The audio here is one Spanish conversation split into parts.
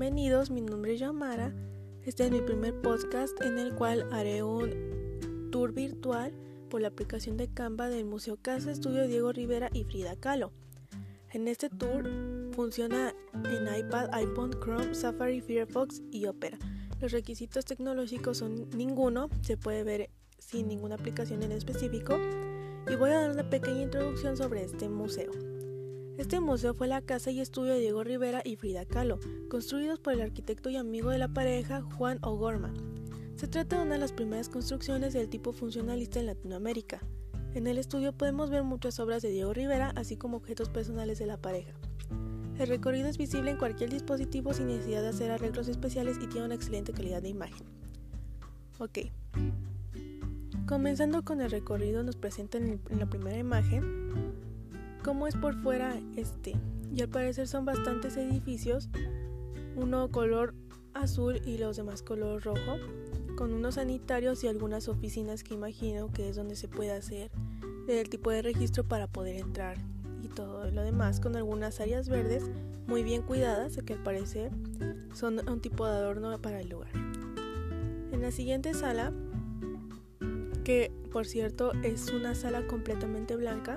Bienvenidos, mi nombre es Yamara. Este es mi primer podcast en el cual haré un tour virtual por la aplicación de Canva del Museo Casa Estudio Diego Rivera y Frida Kahlo. En este tour funciona en iPad, iPhone, Chrome, Safari, Firefox y Opera. Los requisitos tecnológicos son ninguno, se puede ver sin ninguna aplicación en específico y voy a dar una pequeña introducción sobre este museo. Este museo fue la casa y estudio de Diego Rivera y Frida Kahlo, construidos por el arquitecto y amigo de la pareja Juan O'Gorman. Se trata de una de las primeras construcciones del tipo funcionalista en Latinoamérica. En el estudio podemos ver muchas obras de Diego Rivera, así como objetos personales de la pareja. El recorrido es visible en cualquier dispositivo sin necesidad de hacer arreglos especiales y tiene una excelente calidad de imagen. Ok. Comenzando con el recorrido, nos presentan en la primera imagen cómo es por fuera y al parecer son bastantes edificios, uno color azul y los demás color rojo, con unos sanitarios y algunas oficinas que imagino que es donde se puede hacer el tipo de registro para poder entrar y todo lo demás, con algunas áreas verdes muy bien cuidadas que al parecer son un tipo de adorno para el lugar. En la siguiente sala, que por cierto es una sala completamente blanca,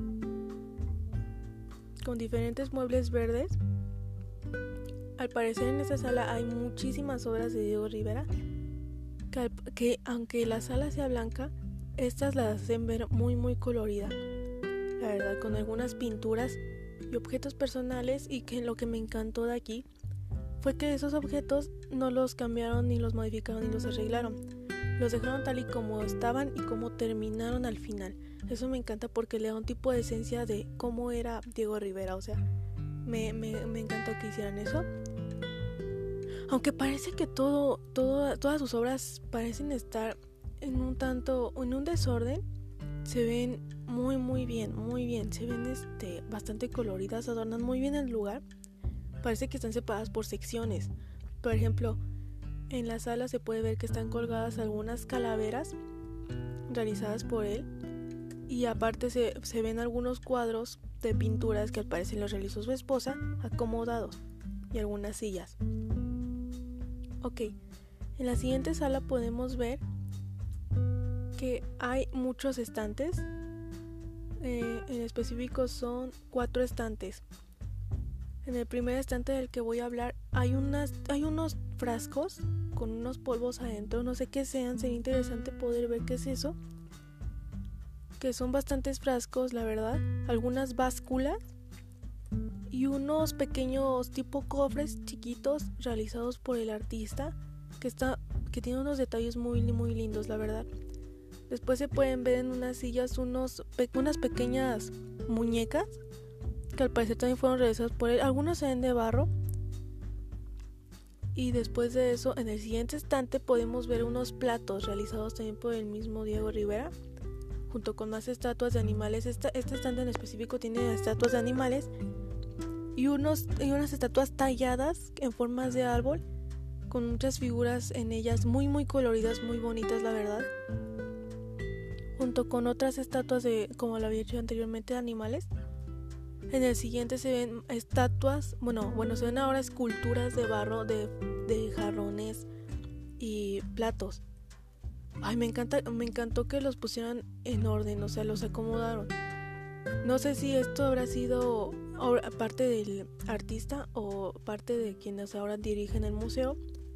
con diferentes muebles verdes. Al parecer en esta sala hay muchísimas obras de Diego Rivera que aunque la sala sea blanca, estas las hacen ver muy colorida, la verdad, con algunas pinturas y objetos personales, y que lo que me encantó de aquí fue que esos objetos no los cambiaron ni los modificaron ni los arreglaron, los dejaron tal y como estaban y como terminaron al final. Eso me encanta porque le da un tipo de esencia de cómo era Diego Rivera, o sea, me encantó que hicieran eso. Aunque parece que todas sus obras parecen estar en un desorden, se ven muy bien, se ven bastante coloridas, adornan muy bien el lugar. Parece que están separadas por secciones. Por ejemplo, en la sala se puede ver que están colgadas algunas calaveras realizadas por él. Y aparte se ven algunos cuadros de pinturas que al parecer los realizó su esposa, acomodados, y algunas sillas. Ok, en la siguiente sala podemos ver que hay muchos estantes, en específico son 4 estantes. En el primer estante del que voy a hablar hay unos frascos con unos polvos adentro, no sé qué sean, sería interesante poder ver qué es eso. Que son bastantes frascos, la verdad, algunas básculas y unos pequeños tipo cofres chiquitos realizados por el artista que tiene unos detalles muy lindos, la verdad. Después se pueden ver en unas sillas unas pequeñas muñecas que al parecer también fueron realizadas por él, algunos se ven de barro. Y después de eso, en el siguiente estante podemos ver unos platos realizados también por el mismo Diego Rivera, junto con más estatuas de animales. Este estante en específico tiene estatuas de animales y unas estatuas talladas en formas de árbol, con muchas figuras en ellas muy coloridas, muy bonitas, la verdad, junto con otras estatuas como lo había dicho anteriormente, de animales. En el siguiente se ven estatuas, se ven ahora esculturas de barro de jarrones y platos. Ay, me encantó que los pusieran en orden, o sea, los acomodaron. No sé si esto habrá sido parte del artista o parte de quienes ahora dirigen el museo.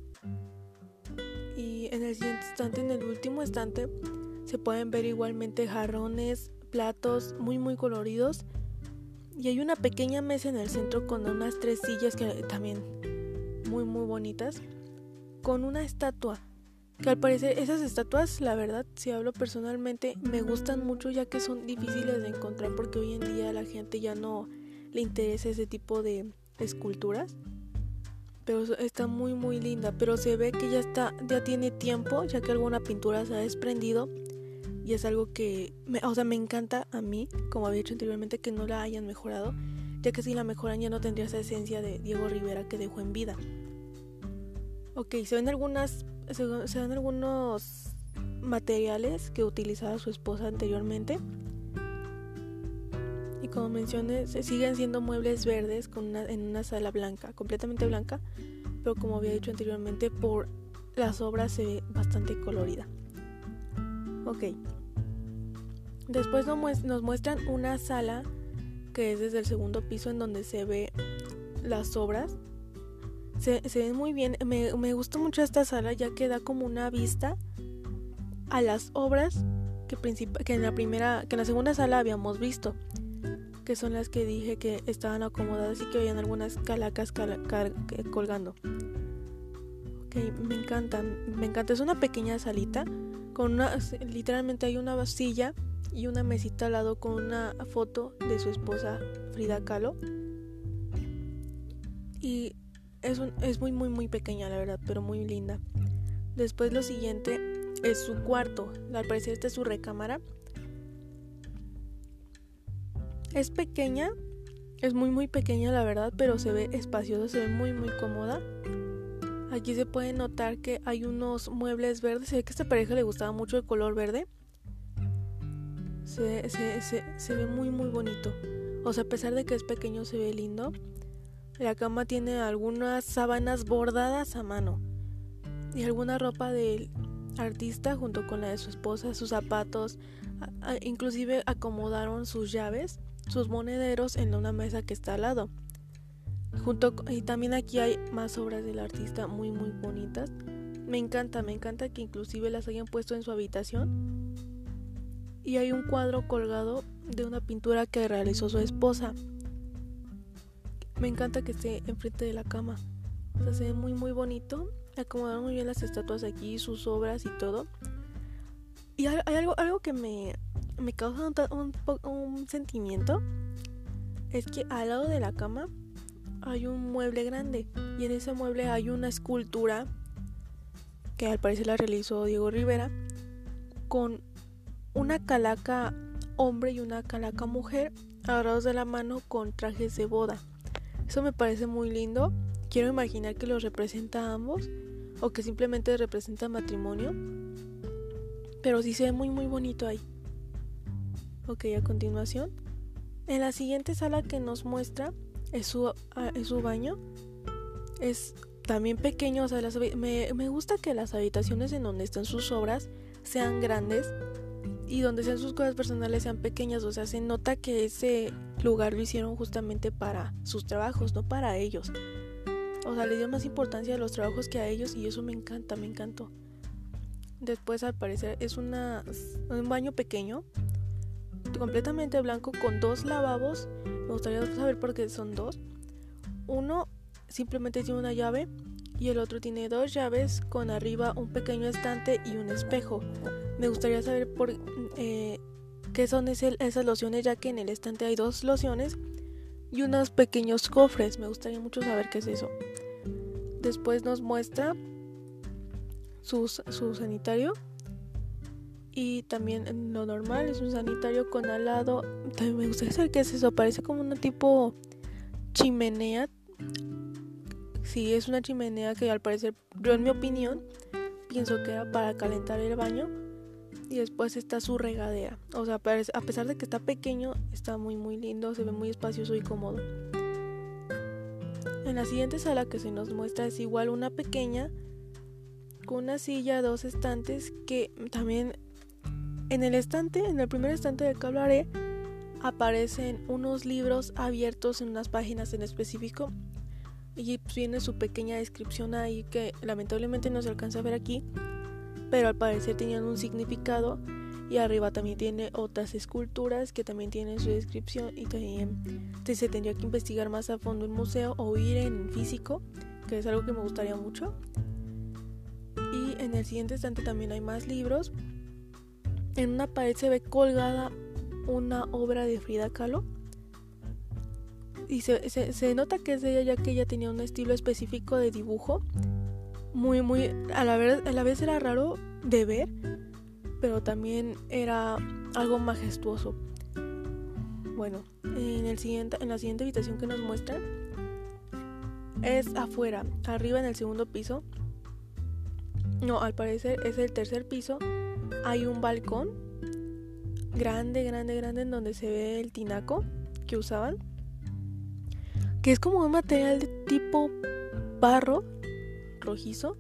Y en el siguiente estante, en el último estante, se pueden ver igualmente jarrones, platos muy coloridos. Y hay una pequeña mesa en el centro con unas 3 sillas que también muy bonitas, con una estatua. Que al parecer esas estatuas, la verdad, si hablo personalmente, me gustan mucho, ya que son difíciles de encontrar porque hoy en día a la gente ya no le interesa ese tipo de esculturas. Pero está muy linda, pero se ve que ya tiene tiempo, ya que alguna pintura se ha desprendido. Y es algo que me encanta a mí, como había dicho anteriormente, que no la hayan mejorado, ya que si la mejoran ya no tendría esa esencia de Diego Rivera que dejó en vida. Ok, se ven algunos materiales que utilizaba su esposa anteriormente. Y como mencioné, siguen siendo muebles verdes en una sala blanca, completamente blanca, pero como había dicho anteriormente, por las obras se ve bastante colorida. Ok. Después nos muestran una sala que es desde el segundo piso, en donde se ve las obras. Se ven muy bien. Me gustó mucho esta sala, ya que da como una vista a las obras que en la segunda sala habíamos visto, que son las que dije que estaban acomodadas y que habían algunas calacas colgando. Ok, me encanta. Es una pequeña salita con literalmente hay una silla y una mesita al lado con una foto de su esposa Frida Kahlo. Y es muy muy muy pequeña, la verdad, pero muy linda. Después lo siguiente es su cuarto. Al parecer esta es su recámara. Es pequeña, es muy muy pequeña, la verdad, pero se ve espaciosa, se ve muy muy cómoda. Aquí se puede notar que hay unos muebles verdes. Se ve que a esta pareja le gustaba mucho el color verde. Se ve muy muy bonito. O sea, a pesar de que es pequeño, se ve lindo. La cama tiene algunas sábanas bordadas a mano y alguna ropa del artista junto con la de su esposa, sus zapatos. Inclusive acomodaron sus llaves, sus monederos en una mesa que está al lado. Y también aquí hay más obras del artista muy muy bonitas. Me encanta que inclusive las hayan puesto en su habitación. Y hay un cuadro colgado de una pintura que realizó su esposa. Me encanta que esté enfrente de la cama. O sea, se ve muy muy bonito. Acomodaron muy bien las estatuas aquí, sus obras y todo. Y hay algo que me causa un sentimiento. Es que al lado de la cama hay un mueble grande. Y en ese mueble hay una escultura que al parecer la realizó Diego Rivera, con una calaca hombre y una calaca mujer agarrados de la mano con trajes de boda. Eso me parece muy lindo. Quiero imaginar que los representa a ambos, o que simplemente representa matrimonio, pero sí se ve muy muy bonito ahí. Ok, a continuación, en la siguiente sala que nos muestra es su baño. Es también pequeño. O sea, me gusta que las habitaciones en donde están sus obras sean grandes y donde sean sus cosas personales sean pequeñas. O sea, se nota que ese lugar lo hicieron justamente para sus trabajos, no para ellos. O sea, le dio más importancia a los trabajos que a ellos, y eso me encantó. Después, al parecer, es un baño pequeño, completamente blanco, con 2 lavabos. Me gustaría saber por qué son 2. Uno simplemente tiene una llave y el otro tiene 2 llaves, con arriba un pequeño estante y un espejo. Me gustaría saber qué son esas lociones, ya que en el estante hay 2 lociones y unos pequeños cofres. Me gustaría mucho saber qué es eso. Después nos muestra su sanitario, y también lo normal es un sanitario con al lado. También me gustaría saber qué es eso. Parece como una tipo chimenea. Sí, es una chimenea que al parecer, yo en mi opinión, pienso que era para calentar el baño. Y después está su regadera. O sea, a pesar de que está pequeño, está muy muy lindo, se ve muy espacioso y cómodo. En la siguiente sala que se nos muestra es igual una pequeña, con una silla, 2 estantes, que también en el primer estante del que hablaré, aparecen unos libros abiertos en unas páginas en específico, y pues viene su pequeña descripción ahí, que lamentablemente no se alcanza a ver aquí, pero al parecer tenían un significado. Y arriba también tiene otras esculturas que también tienen su descripción, y también se tendría que investigar más a fondo en museo o ir en físico, que es algo que me gustaría mucho. Y en el siguiente estante también hay más libros. En una pared se ve colgada una obra de Frida Kahlo, y se nota que es de ella, ya que ella tenía un estilo específico de dibujo muy muy, a la vez era raro de ver, pero también era algo majestuoso. Bueno, en la siguiente habitación que nos muestran es afuera, arriba en el segundo piso. No, al parecer es el tercer piso. Hay un balcón grande en donde se ve el tinaco que usaban, que es como un material de tipo barro, rojizo.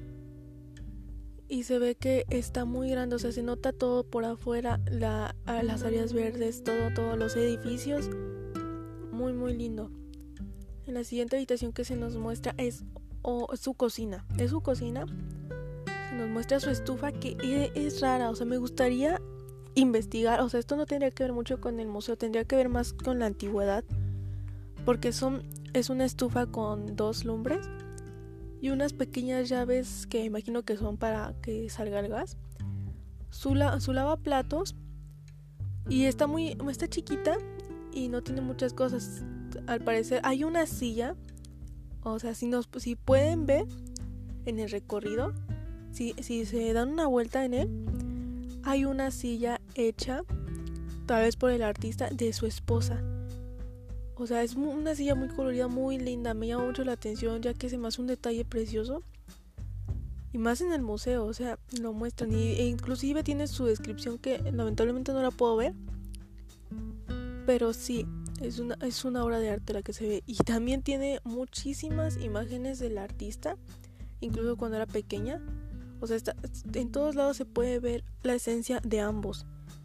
Y se ve que está muy grande, o sea, se nota todo por afuera, las áreas verdes, todos los edificios. Muy, muy lindo. En la siguiente habitación que se nos muestra es su cocina. Es su cocina. Se nos muestra su estufa que es rara, o sea, me gustaría investigar. O sea, esto no tendría que ver mucho con el museo, tendría que ver más con la antigüedad. Porque es una estufa con 2 lumbres y unas pequeñas llaves que imagino que son para que salga el gas. Su lavaplatos, y está chiquita y no tiene muchas cosas. Al parecer hay una silla, o sea, si pueden ver en el recorrido, si se dan una vuelta en él, hay una silla hecha tal vez por el artista de su esposa. O sea, es una silla muy colorida, muy linda. Me llama mucho la atención, ya que se me hace un detalle precioso. Y más en el museo, o sea, lo muestran. E inclusive tiene su descripción que lamentablemente no la puedo ver. Pero sí, es una obra de arte la que se ve. Y también tiene muchísimas imágenes del artista, incluso cuando era pequeña. O sea, en todos lados se puede ver la esencia de ambos.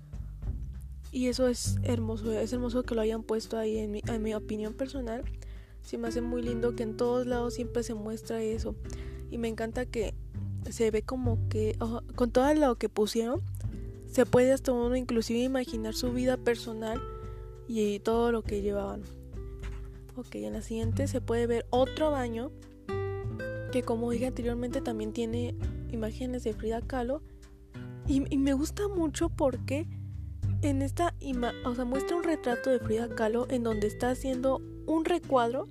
Y eso es hermoso que lo hayan puesto ahí. En mi opinión personal, sí me hace muy lindo que en todos lados siempre se muestra eso. Y me encanta que se ve como que con todo lo que pusieron, se puede hasta uno inclusive imaginar su vida personal y todo lo que llevaban. Ok, en la siguiente se puede ver otro baño que, como dije anteriormente, también tiene imágenes de Frida Kahlo. Y me gusta mucho porque en esta muestra un retrato de Frida Kahlo en donde está haciendo un recuadro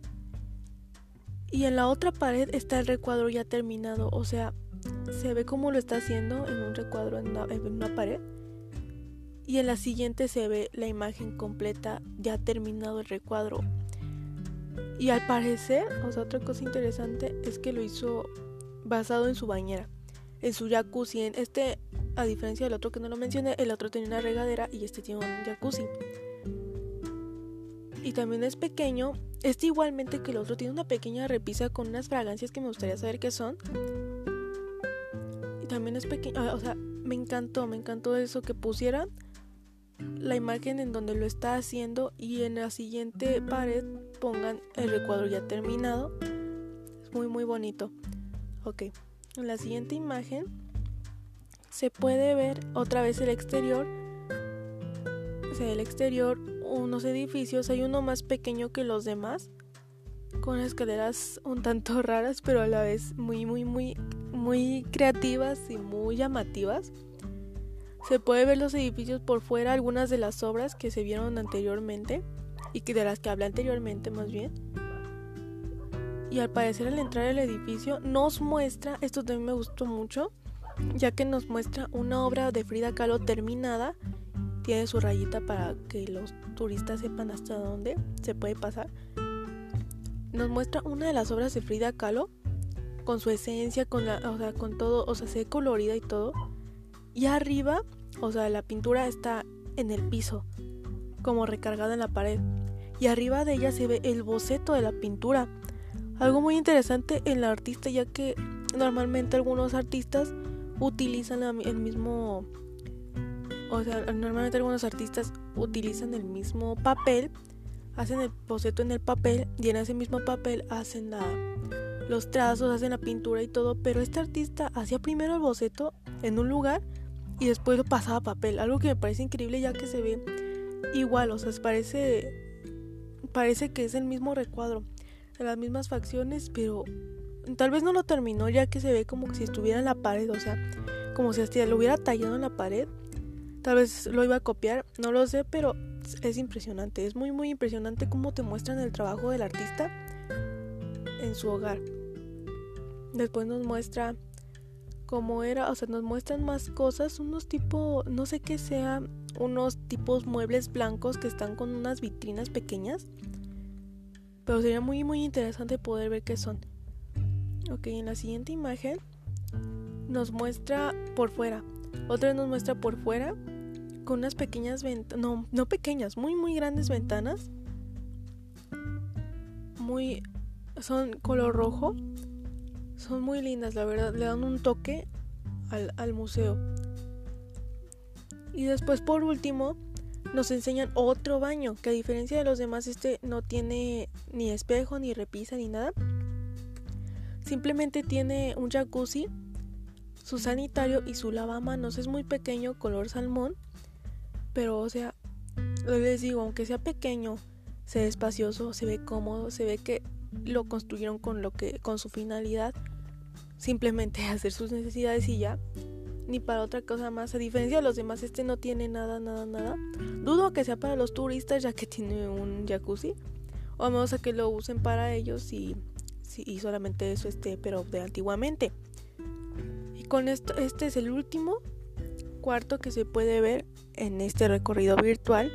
y en la otra pared está el recuadro ya terminado. O sea, se ve cómo lo está haciendo en un recuadro en una pared, y en la siguiente se ve la imagen completa, ya terminado el recuadro. Y al parecer, o sea, otra cosa interesante es que lo hizo basado en su bañera, en su jacuzzi. A diferencia del otro que no lo mencioné, el otro tiene una regadera y este tiene un jacuzzi. Y también es pequeño. Igualmente que el otro tiene una pequeña repisa con unas fragancias que me gustaría saber qué son. Y también es pequeño. O sea, me encantó eso, que pusieran la imagen en donde lo está haciendo y en la siguiente pared pongan el recuadro ya terminado. Es muy, muy bonito. Ok, en la siguiente imagen se puede ver otra vez el exterior. O sea, el exterior, unos edificios. Hay uno más pequeño que los demás, con escaleras un tanto raras, pero a la vez muy, muy, muy, muy creativas y muy llamativas. Se puede ver los edificios por fuera, algunas de las obras que se vieron anteriormente y de las que hablé anteriormente más bien. Y al parecer, al entrar al edificio nos muestra, esto también me gustó mucho, ya que nos muestra una obra de Frida Kahlo terminada. Tiene su rayita para que los turistas sepan hasta dónde se puede pasar. Nos muestra una de las obras de Frida Kahlo con su esencia, con todo, o sea, se ve colorida y todo. Y arriba, o sea, la pintura está en el piso, como recargada en la pared. Y arriba de ella se ve el boceto de la pintura. Algo muy interesante en la artista, ya que normalmente algunos artistas utilizan el mismo... O sea, normalmente algunos artistas utilizan el mismo papel, hacen el boceto en el papel y en ese mismo papel hacen los trazos, hacen la pintura y todo. Pero este artista hacía primero el boceto en un lugar y después lo pasaba a papel. Algo que me parece increíble, ya que se ve igual, o sea, parece que es el mismo recuadro, las mismas facciones, pero tal vez no lo terminó, ya que se ve como si estuviera en la pared, o sea, como si hasta lo hubiera tallado en la pared. Tal vez lo iba a copiar, no lo sé, pero es impresionante. Es muy, muy impresionante cómo te muestran el trabajo del artista en su hogar. Después nos muestra cómo era, o sea, nos muestran más cosas, unos tipos, no sé qué sea, unos tipos muebles blancos que están con unas vitrinas pequeñas. Pero sería muy, muy interesante poder ver qué son. Ok, en la siguiente imagen nos muestra por fuera. Otra vez nos muestra por fuera con unas pequeñas ventanas, no pequeñas, muy, muy grandes ventanas. Son color rojo. Son muy lindas, la verdad, le dan un toque al museo. Y después, por último, nos enseñan otro baño, que a diferencia de los demás, no tiene ni espejo, ni repisa, ni nada. Simplemente tiene un jacuzzi, su sanitario y su lavamanos. Es muy pequeño, color salmón, pero o sea, les digo, aunque sea pequeño, se ve espacioso, se ve cómodo, se ve que lo construyeron con su finalidad, simplemente hacer sus necesidades y ya, ni para otra cosa más. A diferencia de los demás, no tiene nada. Dudo que sea para los turistas, ya que tiene un jacuzzi, o a menos a que lo usen para ellos y solamente eso pero de antiguamente. Y con esto, este es el último cuarto que se puede ver en este recorrido virtual.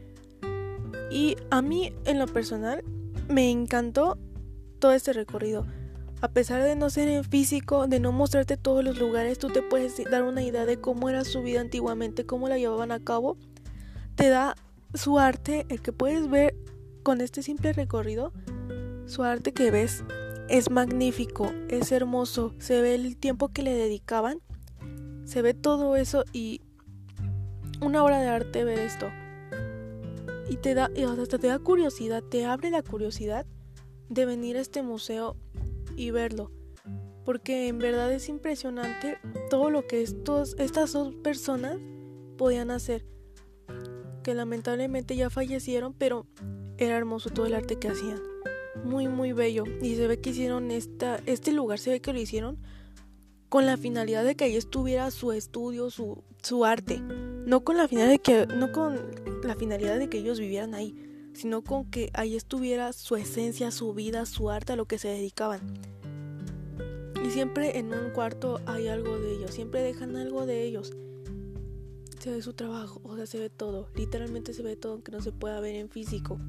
Y a mí, en lo personal, me encantó todo este recorrido. A pesar de no ser en físico, de no mostrarte todos los lugares, tú te puedes dar una idea de cómo era su vida antiguamente, cómo la llevaban a cabo. Te da su arte, el que puedes ver con este simple recorrido. Su arte que ves es magnífico, es hermoso, se ve el tiempo que le dedicaban, se ve todo eso y una obra de arte ver esto. Y hasta te da curiosidad, te abre la curiosidad de venir a este museo y verlo, porque en verdad es impresionante todo lo que estas dos personas podían hacer, que lamentablemente ya fallecieron, pero era hermoso todo el arte que hacían, muy muy bello. Y se ve que hicieron este lugar, se ve que lo hicieron con la finalidad de que ahí estuviera su estudio, su arte, no con la finalidad de que ellos vivieran ahí, sino con que ahí estuviera su esencia, su vida, su arte, a lo que se dedicaban. Y siempre en un cuarto hay algo de ellos, siempre dejan algo de ellos. Se ve su trabajo, o sea, se ve todo, literalmente se ve todo, aunque no se pueda ver en físico.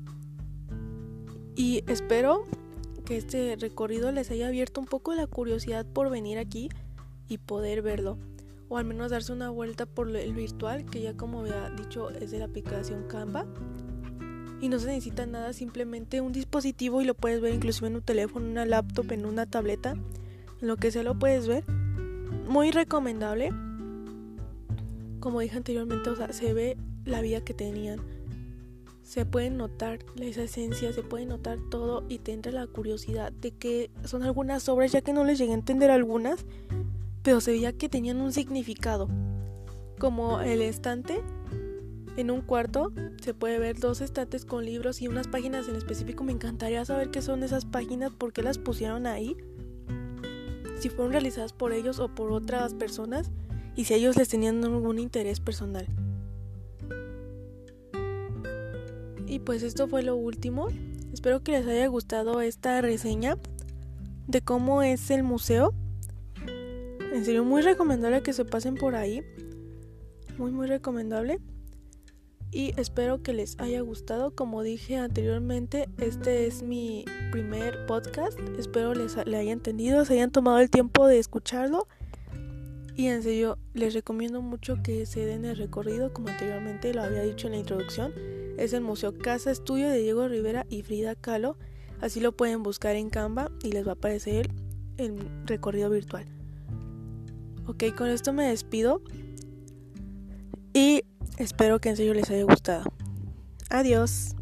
Y espero que este recorrido les haya abierto un poco la curiosidad por venir aquí y poder verlo, o al menos darse una vuelta por el virtual, que ya como había dicho es de la aplicación Canva y no se necesita nada, simplemente un dispositivo, y lo puedes ver inclusive en un teléfono, en una laptop, en una tableta, en lo que sea lo puedes ver. Muy recomendable. Como dije anteriormente, o sea, se ve la vida que tenían, se puede notar esa esencia, se puede notar todo, y te entra la curiosidad de que son algunas obras, ya que no les llegué a entender algunas, pero se veía que tenían un significado, como el estante. En un cuarto se puede ver 2 estantes con libros y unas páginas en específico. Me encantaría saber qué son esas páginas, por qué las pusieron ahí, si fueron realizadas por ellos o por otras personas, y si ellos les tenían algún interés personal. Y pues esto fue lo último. Espero que les haya gustado esta reseña de cómo es el museo. En serio, muy recomendable que se pasen por ahí. Muy muy recomendable. Y espero que les haya gustado. Como dije anteriormente, este es mi primer podcast. Espero le hayan entendido, se hayan tomado el tiempo de escucharlo. Y en serio, les recomiendo mucho que se den el recorrido. Como anteriormente lo había dicho en la introducción, es el Museo Casa Estudio de Diego Rivera y Frida Kahlo. Así lo pueden buscar en Canva y les va a aparecer el recorrido virtual. Ok, con esto me despido y espero que en serio les haya gustado. Adiós.